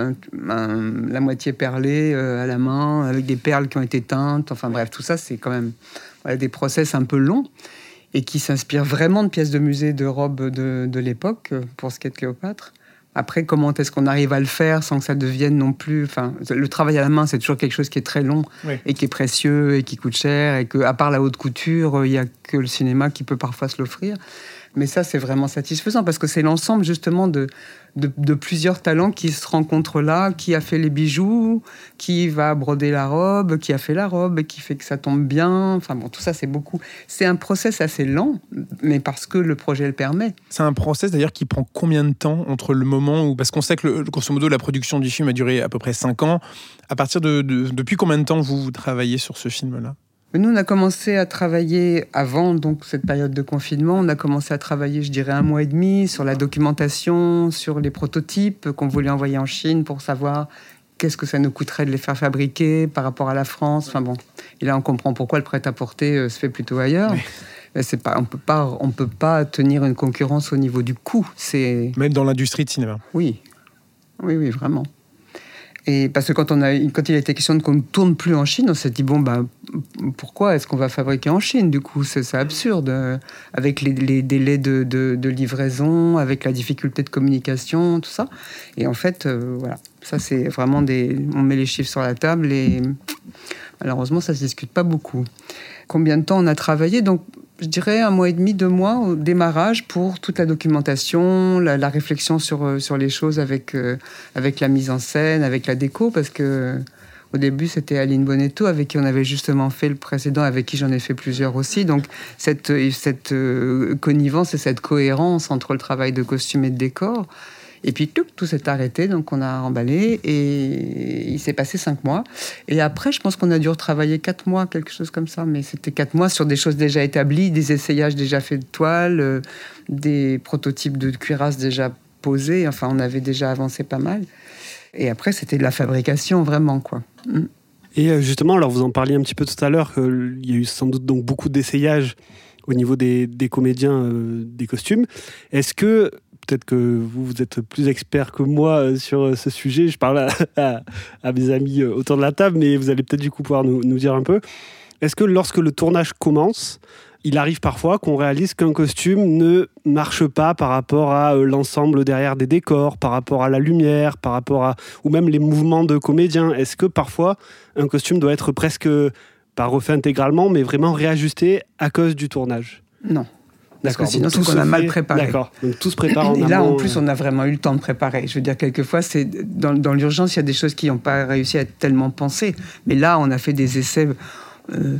la moitié perlée à la main, avec des perles qui ont été teintes. Enfin bref, tout ça, c'est quand même des process un peu longs et qui s'inspirent vraiment de pièces de musée de robes de l'époque, pour ce qui est de Cléopâtre. Après, comment est-ce qu'on arrive à le faire sans que ça devienne non plus... Enfin, le travail à la main, c'est toujours quelque chose qui est très long, oui, et qui est précieux et qui coûte cher, et qu'à part la haute couture, il n'y a que le cinéma qui peut parfois se l'offrir. Mais ça, c'est vraiment satisfaisant, parce que c'est l'ensemble, justement, de plusieurs talents qui se rencontrent là, qui a fait les bijoux, qui va broder la robe, qui a fait la robe, et qui fait que ça tombe bien. Enfin bon, tout ça, c'est beaucoup. C'est un process assez lent, mais parce que le projet le permet. C'est un process, d'ailleurs, qui prend combien de temps entre le moment où... Parce qu'on sait que, grosso modo, la production du film a duré à peu près 5 ans. À partir depuis combien de temps vous travaillez sur ce film-là ? Nous, on a commencé à travailler avant donc cette période de confinement. On a commencé à travailler, je dirais, 1 mois et demi sur la documentation, sur les prototypes qu'on voulait envoyer en Chine pour savoir qu'est-ce que ça nous coûterait de les faire fabriquer par rapport à la France. Enfin bon, et là, on comprend pourquoi le prêt-à-porter se fait plutôt ailleurs. Oui. On peut pas tenir une concurrence au niveau du coût. Même dans l'industrie de cinéma. Oui, vraiment. Et parce que quand il a été question qu'on ne tourne plus en Chine, on s'est dit, pourquoi est-ce qu'on va fabriquer en Chine ? Du coup, c'est absurde, avec les délais de livraison, avec la difficulté de communication, tout ça. Et en fait, voilà, ça c'est vraiment on met les chiffres sur la table et malheureusement, ça ne se discute pas beaucoup. Combien de temps on a travaillé ? Donc, je dirais 1 mois et demi, 2 mois au démarrage pour toute la documentation, la réflexion sur les choses avec la mise en scène, avec la déco, parce que au début c'était Aline Bonetto avec qui on avait justement fait le précédent, avec qui j'en ai fait plusieurs aussi. Donc cette connivence et cette cohérence entre le travail de costume et de décor. Et puis tout s'est arrêté, donc on a emballé et il s'est passé 5 mois. Et après, je pense qu'on a dû retravailler 4 mois, quelque chose comme ça. Mais c'était 4 mois sur des choses déjà établies, des essayages déjà faits de toile, des prototypes de cuirasse déjà posés. Enfin, on avait déjà avancé pas mal. Et après, c'était de la fabrication, vraiment, quoi. Et justement, alors vous en parliez un petit peu tout à l'heure, il y a eu sans doute donc beaucoup d'essayages au niveau des comédiens, des costumes. Est-ce que... Peut-être que vous êtes plus expert que moi sur ce sujet. Je parle à mes amis autour de la table, mais vous allez peut-être du coup pouvoir nous dire un peu. Est-ce que lorsque le tournage commence, il arrive parfois qu'on réalise qu'un costume ne marche pas par rapport à l'ensemble derrière des décors, par rapport à la lumière, par rapport ou même les mouvements de comédiens ? Est-ce que parfois un costume doit être presque, pas refait intégralement, mais vraiment réajusté à cause du tournage ? Non. Parce que sinon, c'est qu'on a mal préparé. D'accord, donc tout se prépare en amont. Et là, en plus, on a vraiment eu le temps de préparer. Je veux dire, quelquefois, dans l'urgence, il y a des choses qui n'ont pas réussi à être tellement pensées. Mais là, on a fait des essais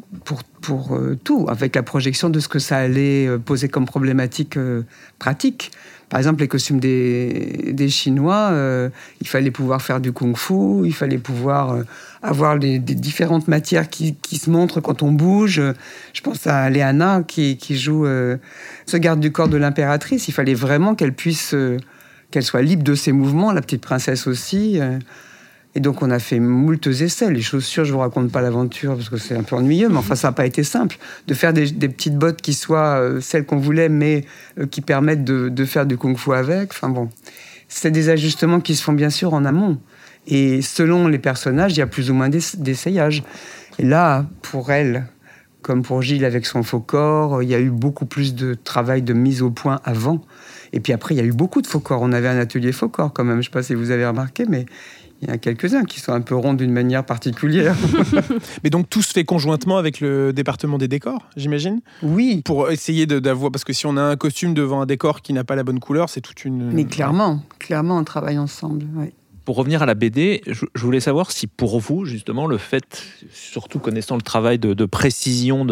pour tout, avec la projection de ce que ça allait poser comme problématique pratique. Par exemple, les costumes des Chinois, il fallait pouvoir faire du kung-fu, il fallait pouvoir avoir des différentes matières qui se montrent quand on bouge. Je pense à Léana qui joue ce garde du corps de l'impératrice. Il fallait vraiment qu'elle puisse, qu'elle soit libre de ses mouvements, la petite princesse aussi. Et donc, on a fait moultes essais. Les chaussures, je ne vous raconte pas l'aventure parce que c'est un peu ennuyeux, mais enfin, ça n'a pas été simple. De faire des petites bottes qui soient celles qu'on voulait, mais qui permettent de faire du kung-fu avec. Enfin bon, c'est des ajustements qui se font bien sûr en amont. Et selon les personnages, il y a plus ou moins d'essayages. Et là, pour elle, comme pour Gilles avec son faux corps, il y a eu beaucoup plus de travail de mise au point avant. Et puis après, il y a eu beaucoup de faux corps. On avait un atelier faux corps quand même. Je ne sais pas si vous avez remarqué, mais il y en a quelques-uns qui sont un peu ronds d'une manière particulière. Mais donc tout se fait conjointement avec le département des décors, j'imagine ? Oui. Pour essayer d'avoir... Parce que si on a un costume devant un décor qui n'a pas la bonne couleur, c'est toute une... Mais clairement, on travaille ensemble, oui. Pour revenir à la BD, je voulais savoir si pour vous, justement, le fait, surtout connaissant le travail de précision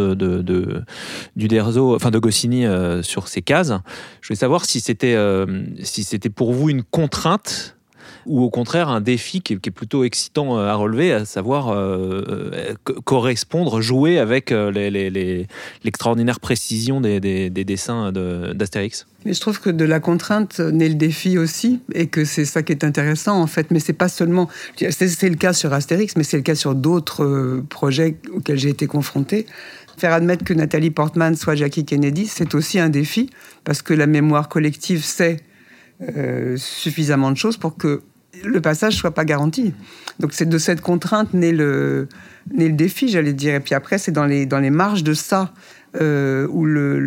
d'Uderzo, enfin de Goscinny sur ces cases, je voulais savoir si c'était pour vous une contrainte ou au contraire un défi qui est plutôt excitant à relever, à savoir correspondre, jouer avec l'extraordinaire précision des dessins d'Astérix. Mais je trouve que de la contrainte naît le défi aussi, et que c'est ça qui est intéressant en fait. Mais c'est pas seulement, c'est le cas sur Astérix, mais c'est le cas sur d'autres projets auxquels j'ai été confrontée. Faire admettre que Nathalie Portman soit Jackie Kennedy, c'est aussi un défi, parce que la mémoire collective sait suffisamment de choses pour que le passage soit pas garanti. Donc c'est de cette contrainte naît le défi, j'allais dire. Et puis après, c'est dans les marges de ça où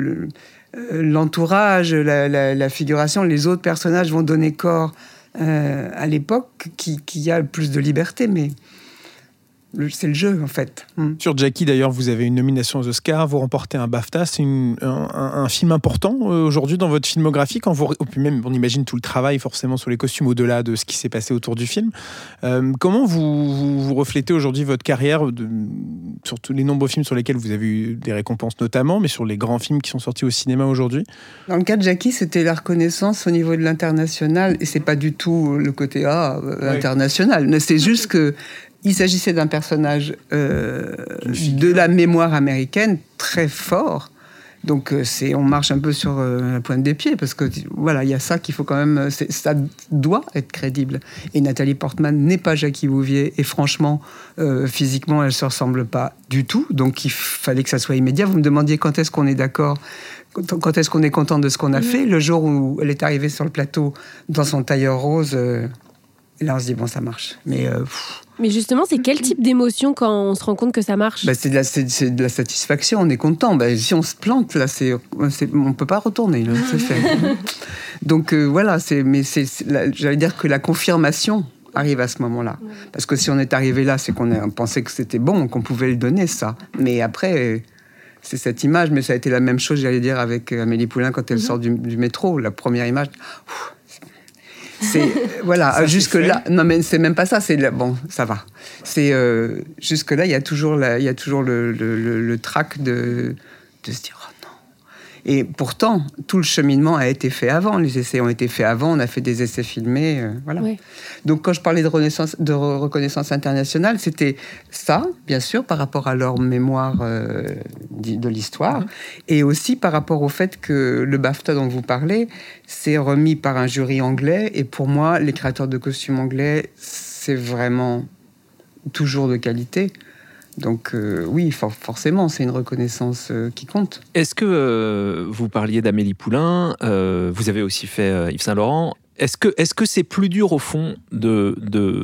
l'entourage, la figuration, les autres personnages vont donner corps à l'époque qui a le plus de liberté, mais c'est le jeu en fait. Sur Jackie d'ailleurs, vous avez une nomination aux Oscars, vous remportez un BAFTA, c'est un film important aujourd'hui dans votre filmographie, puis même on imagine tout le travail forcément sur les costumes au-delà de ce qui s'est passé autour du film. Comment vous reflétez aujourd'hui votre carrière sur tous les nombreux films sur lesquels vous avez eu des récompenses notamment, mais sur les grands films qui sont sortis au cinéma aujourd'hui? Dans le cas de Jackie, c'était la reconnaissance au niveau de l'international, et c'est pas du tout le côté international, mais c'est juste que il s'agissait d'un personnage de la mémoire américaine très fort. Donc on marche un peu sur la pointe des pieds, parce que voilà, il y a ça qu'il faut quand même, ça doit être crédible. Et Nathalie Portman n'est pas Jackie Bouvier, et franchement, physiquement, elle ne se ressemble pas du tout. Donc il fallait que ça soit immédiat. Vous me demandiez quand est-ce qu'on est d'accord, quand est-ce qu'on est content de ce qu'on a fait. Le jour où elle est arrivée sur le plateau dans son tailleur rose, et là on se dit bon, ça marche. Mais justement, c'est quel type d'émotion quand on se rend compte que ça marche ? C'est de la satisfaction, on est content. Si on se plante, là, on ne peut pas retourner, là, c'est fait. Donc voilà, j'allais dire que la confirmation arrive à ce moment-là. Parce que si on est arrivé là, c'est qu'on pensait que c'était bon, qu'on pouvait le donner, ça. Mais après, c'est cette image, mais ça a été la même chose, j'allais dire, avec Amélie Poulain quand elle sort du métro. La première image... Voilà, ça, jusque-là, non mais c'est même pas ça, bon, ça va. Jusque-là, il y a toujours le trac de se dire oh non. Et pourtant, tout le cheminement a été fait avant, les essais ont été faits avant, on a fait des essais filmés, voilà. Oui. Donc quand je parlais de reconnaissance internationale, c'était ça, bien sûr, par rapport à leur mémoire de l'histoire, et aussi par rapport au fait que le BAFTA dont vous parlez, c'est remis par un jury anglais, et pour moi, les créateurs de costumes anglais, c'est vraiment toujours de qualité. Donc oui, forcément, c'est une reconnaissance qui compte. Est-ce que vous parliez d'Amélie Poulain, vous avez aussi fait Yves Saint Laurent. Est-ce que c'est plus dur au fond de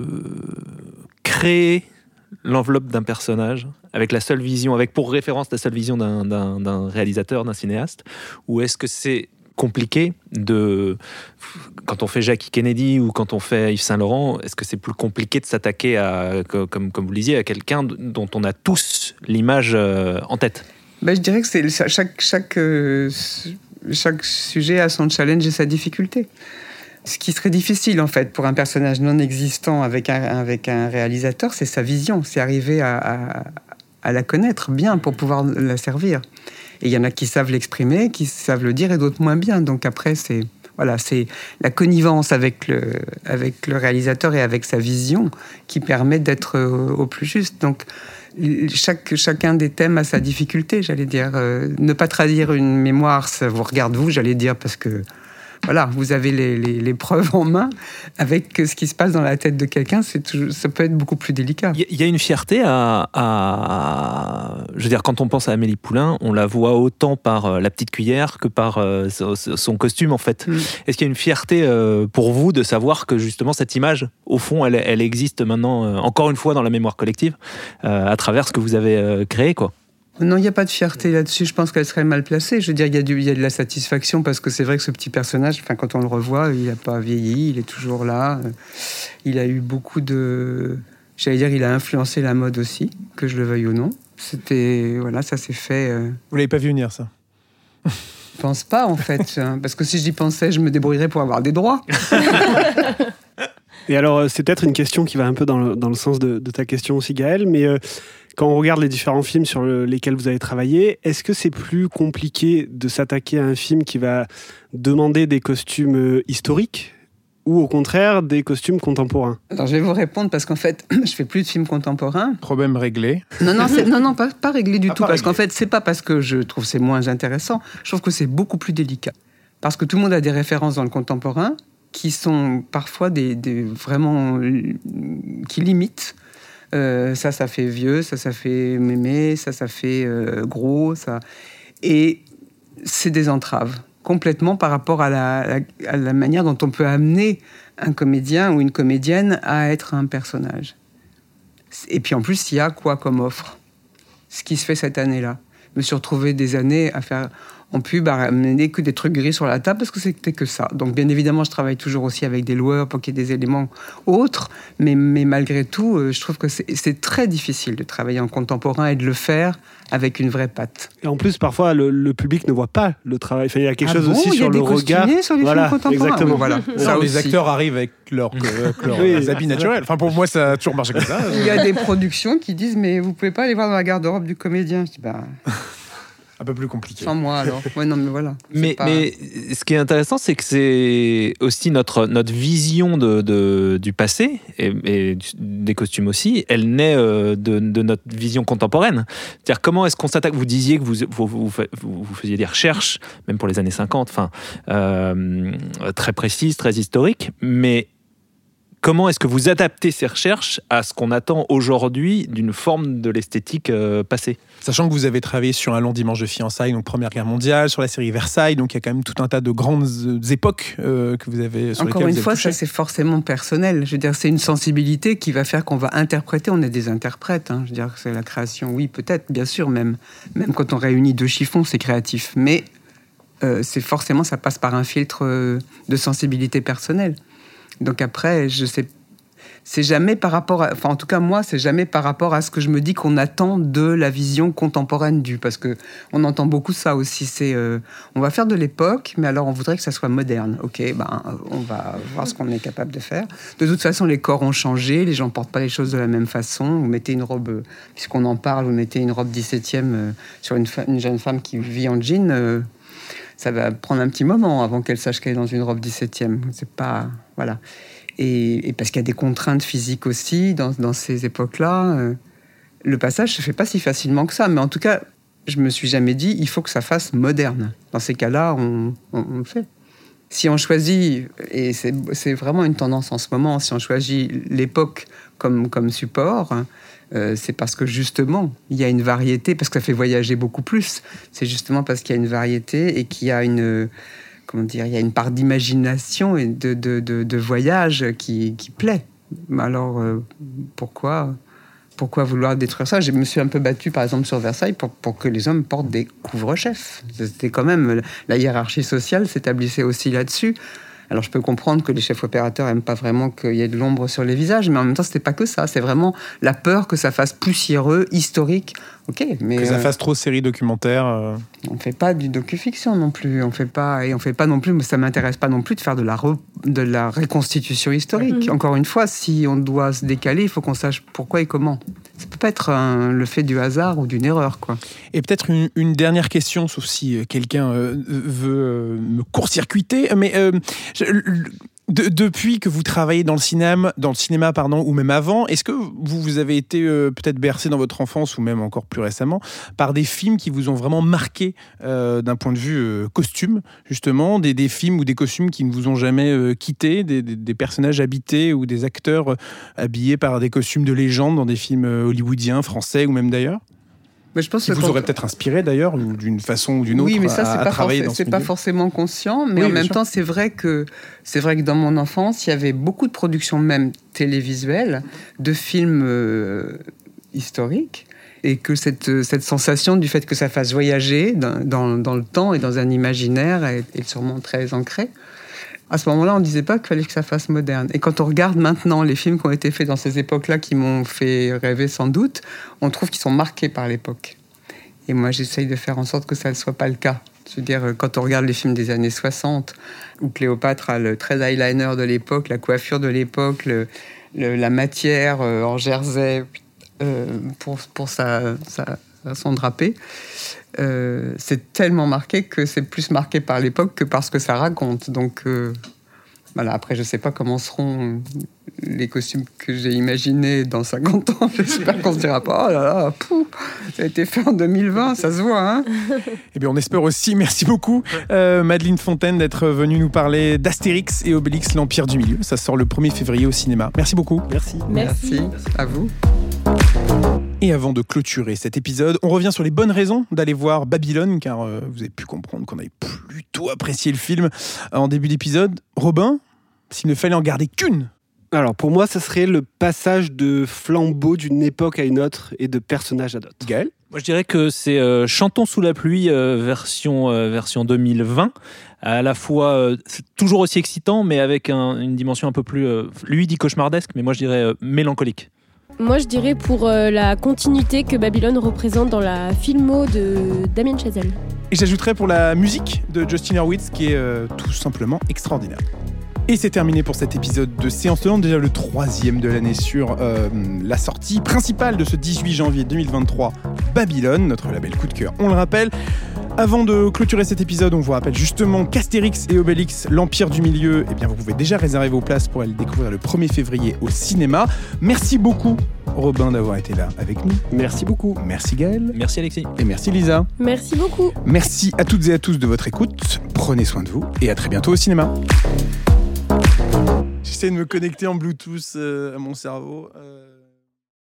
créer l'enveloppe d'un personnage avec la seule vision, avec pour référence la seule vision d'un réalisateur, d'un cinéaste, ou est-ce que c'est compliqué quand on fait Jackie Kennedy ou quand on fait Yves Saint Laurent, est-ce que c'est plus compliqué de s'attaquer à, comme vous le disiez, à quelqu'un dont on a tous l'image en tête? Je dirais que c'est chaque sujet a son challenge et sa difficulté. Ce qui serait difficile, en fait, pour un personnage non existant avec un réalisateur, c'est sa vision. C'est arriver à à la connaître bien pour pouvoir la servir. Et il y en a qui savent l'exprimer, qui savent le dire, et d'autres moins bien. Donc après, c'est la connivence avec le réalisateur et avec sa vision qui permet d'être au plus juste. Donc chacun des thèmes a sa difficulté, j'allais dire. Ne pas trahir une mémoire, ça vous regarde vous, j'allais dire, parce que voilà, vous avez les preuves en main. Avec ce qui se passe dans la tête de quelqu'un, ça peut être beaucoup plus délicat. Il y a une fierté je veux dire, quand on pense à Amélie Poulain, on la voit autant par la petite cuillère que par son costume, en fait. Est-ce qu'il y a une fierté pour vous de savoir que, justement, cette image, au fond, elle existe maintenant, encore une fois, dans la mémoire collective, à travers ce que vous avez créé, quoi? Non, il n'y a pas de fierté là-dessus. Je pense qu'elle serait mal placée. Je veux dire, il y a de la satisfaction parce que c'est vrai que ce petit personnage, quand on le revoit, il n'a pas vieilli, il est toujours là. Il a eu beaucoup de... J'allais dire, il a influencé la mode aussi, que je le veuille ou non. Voilà, ça s'est fait... Vous l'avez pas vu venir, ça? Je pense pas, en fait. Parce que si j'y pensais, je me débrouillerais pour avoir des droits. Et alors, c'est peut-être une question qui va un peu dans le sens de ta question aussi, Gaël, mais quand on regarde les différents films sur lesquels vous avez travaillé, est-ce que c'est plus compliqué de s'attaquer à un film qui va demander des costumes historiques ou au contraire des costumes contemporains? Alors, je vais vous répondre parce qu'en fait, je fais plus de films contemporains. Problème réglé. Non, pas réglé du tout. Parce réglé. qu'en fait, c'est pas parce que je trouve c'est moins intéressant. Je trouve que c'est beaucoup plus délicat. Parce que tout le monde a des références dans le contemporain qui sont parfois vraiment qui limitent. Ça fait vieux, ça fait mémé, ça fait gros, ça. Et c'est des entraves complètement par rapport à la manière dont on peut amener un comédien ou une comédienne à être un personnage. Et puis en plus, il y a quoi comme offre? Ce qui se fait cette année-là. Je me suis retrouvé des années à faire en pub, à ramener que des trucs gris sur la table parce que c'était que ça. Donc bien évidemment, je travaille toujours aussi avec des loueurs pour qu'il y ait des éléments autres, mais malgré tout, je trouve que c'est très difficile de travailler en contemporain et de le faire avec une vraie patte. Et en plus, parfois, le public ne voit pas le travail. Enfin, il y a quelque chose aussi sur le regard. Il y a des costumiers sur les films contemporains. Exactement. Oui, voilà. Non, les acteurs arrivent avec leurs habits naturels. Enfin, pour moi, ça a toujours marché comme ça. Il y a des productions qui disent « Mais vous pouvez pas aller voir dans la garde-robe du comédien ». Je dis un peu plus compliqué. Sans moi, alors. Ouais, non, mais voilà. Mais ce qui est intéressant, c'est que c'est aussi notre vision du passé, et des costumes aussi, elle naît de notre vision contemporaine. C'est-à-dire, comment est-ce qu'on s'attaque? Vous disiez que vous faisiez des recherches, même pour les années 50, très précises, très historiques, mais comment est-ce que vous adaptez ces recherches à ce qu'on attend aujourd'hui d'une forme de l'esthétique passée? Sachant que vous avez travaillé sur Un long dimanche de fiançailles, donc Première Guerre mondiale, sur la série Versailles, donc il y a quand même tout un tas de grandes époques que vous avez sur Encore lesquelles une vous fois, avez touché. ça c'est forcément personnel. Je veux dire, c'est une sensibilité qui va faire qu'on va interpréter. On est des interprètes. Je veux dire, c'est la création, oui, peut-être, bien sûr, même quand on réunit deux chiffons, c'est créatif. Mais c'est forcément, ça passe par un filtre de sensibilité personnelle. Donc après, je sais, c'est jamais par rapport à, enfin en tout cas moi, c'est jamais par rapport à ce que je me dis qu'on attend de la vision contemporaine parce que on entend beaucoup ça aussi. C'est, on va faire de l'époque, mais alors on voudrait que ça soit moderne. Ok, on va voir ce qu'on est capable de faire. De toute façon, les corps ont changé, les gens portent pas les choses de la même façon. Vous mettez une robe, puisqu'on en parle, vous mettez une robe 17e sur une jeune femme qui vit en jean. Ça va prendre un petit moment avant qu'elle sache qu'elle est dans une robe 17e. C'est pas... Voilà. Et parce qu'il y a des contraintes physiques aussi dans ces époques-là. Le passage se fait pas si facilement que ça. Mais en tout cas, je me suis jamais dit, il faut que ça fasse moderne. Dans ces cas-là, on le fait. Si on choisit, et c'est vraiment une tendance en ce moment, si on choisit l'époque comme support... c'est parce que justement, il y a une variété, parce que ça fait voyager beaucoup plus. C'est justement parce qu'il y a une variété et qu'il y a il y a une part d'imagination et de voyage qui plaît. Alors, pourquoi vouloir détruire ça? Je me suis un peu battu, par exemple, sur Versailles pour que les hommes portent des couvre-chefs. C'était quand même... La hiérarchie sociale s'établissait aussi là-dessus. Alors, je peux comprendre que les chefs opérateurs n'aiment pas vraiment qu'il y ait de l'ombre sur les visages, mais en même temps, c'était pas que ça. C'est vraiment la peur que ça fasse poussiéreux, historique, Ok, mais Que ça fasse trop série documentaire. on fait pas du docu-fiction non plus. On fait pas non plus. Mais ça m'intéresse pas non plus de faire de la reconstitution historique. Encore une fois, si on doit se décaler, il faut qu'on sache pourquoi et comment. Ça peut pas être le fait du hasard ou d'une erreur, quoi. Et peut-être une dernière question, sauf si quelqu'un veut me court-circuiter, mais depuis que vous travaillez dans le cinéma, ou même avant, est-ce que vous avez été peut-être bercé dans votre enfance ou même encore plus récemment par des films qui vous ont vraiment marqué d'un point de vue costume, justement, des films ou des costumes qui ne vous ont jamais quitté, des personnages habités ou des acteurs habillés par des costumes de légende dans des films hollywoodiens, français ou même d'ailleurs? Mais je pense qui vous aurait peut-être inspiré d'ailleurs, ou d'une façon ou d'une autre, oui, mais ça, à travailler dans ce milieu. C'est pas forcément conscient, mais en même temps, c'est vrai que dans mon enfance, il y avait beaucoup de productions, même télévisuelles, de films historiques, et que cette sensation du fait que ça fasse voyager dans le temps et dans un imaginaire est sûrement très ancrée. À ce moment-là, on ne disait pas qu'il fallait que ça fasse moderne. Et quand on regarde maintenant les films qui ont été faits dans ces époques-là, qui m'ont fait rêver sans doute, on trouve qu'ils sont marqués par l'époque. Et moi, j'essaye de faire en sorte que ça ne soit pas le cas. Je veux dire, quand on regarde les films des années 60, où Cléopâtre a le trait d'eyeliner de l'époque, la coiffure de l'époque, la matière en jersey pour son drapé, c'est tellement marqué que c'est plus marqué par l'époque que par ce que ça raconte. Donc voilà, après je sais pas comment seront les costumes que j'ai imaginés dans 50 ans. J'espère qu'on se dira pas, oh là là, ça a été fait en 2020, ça se voit, hein. Eh bien on espère aussi. Merci beaucoup Madeleine Fontaine d'être venue nous parler d'Astérix et Obélix, l'Empire du Milieu. Ça sort le 1er février au cinéma. Merci beaucoup. Merci à vous. Et avant de clôturer cet épisode, on revient sur les bonnes raisons d'aller voir Babylone, car vous avez pu comprendre qu'on avait plutôt apprécié le film en début d'épisode. Robin, s'il ne fallait en garder qu'une. Alors pour moi, ça serait le passage de flambeau d'une époque à une autre et de personnage à d'autres. Gaël ? Moi, je dirais que c'est Chantons sous la pluie version 2020. À la fois c'est toujours aussi excitant, mais avec une dimension un peu plus, lui dit cauchemardesque, mais moi je dirais mélancolique. Moi, je dirais pour la continuité que Babylone représente dans la filmo de Damien Chazelle. Et j'ajouterais pour la musique de Justin Hurwitz, qui est tout simplement extraordinaire. Et c'est terminé pour cet épisode de Séance Tenante, déjà le 3e de l'année sur la sortie principale de ce 18 janvier 2023, Babylone, notre label coup de cœur, on le rappelle. Avant de clôturer cet épisode, on vous rappelle justement qu'Astérix et Obélix, l'Empire du Milieu, eh bien vous pouvez déjà réserver vos places pour aller le découvrir le 1er février au cinéma. Merci beaucoup Robin d'avoir été là avec nous. Merci beaucoup. Merci Gaël. Merci Alexis. Et merci Lisa. Merci beaucoup. Merci à toutes et à tous de votre écoute. Prenez soin de vous et à très bientôt au cinéma. J'essaie de me connecter en Bluetooth à mon cerveau.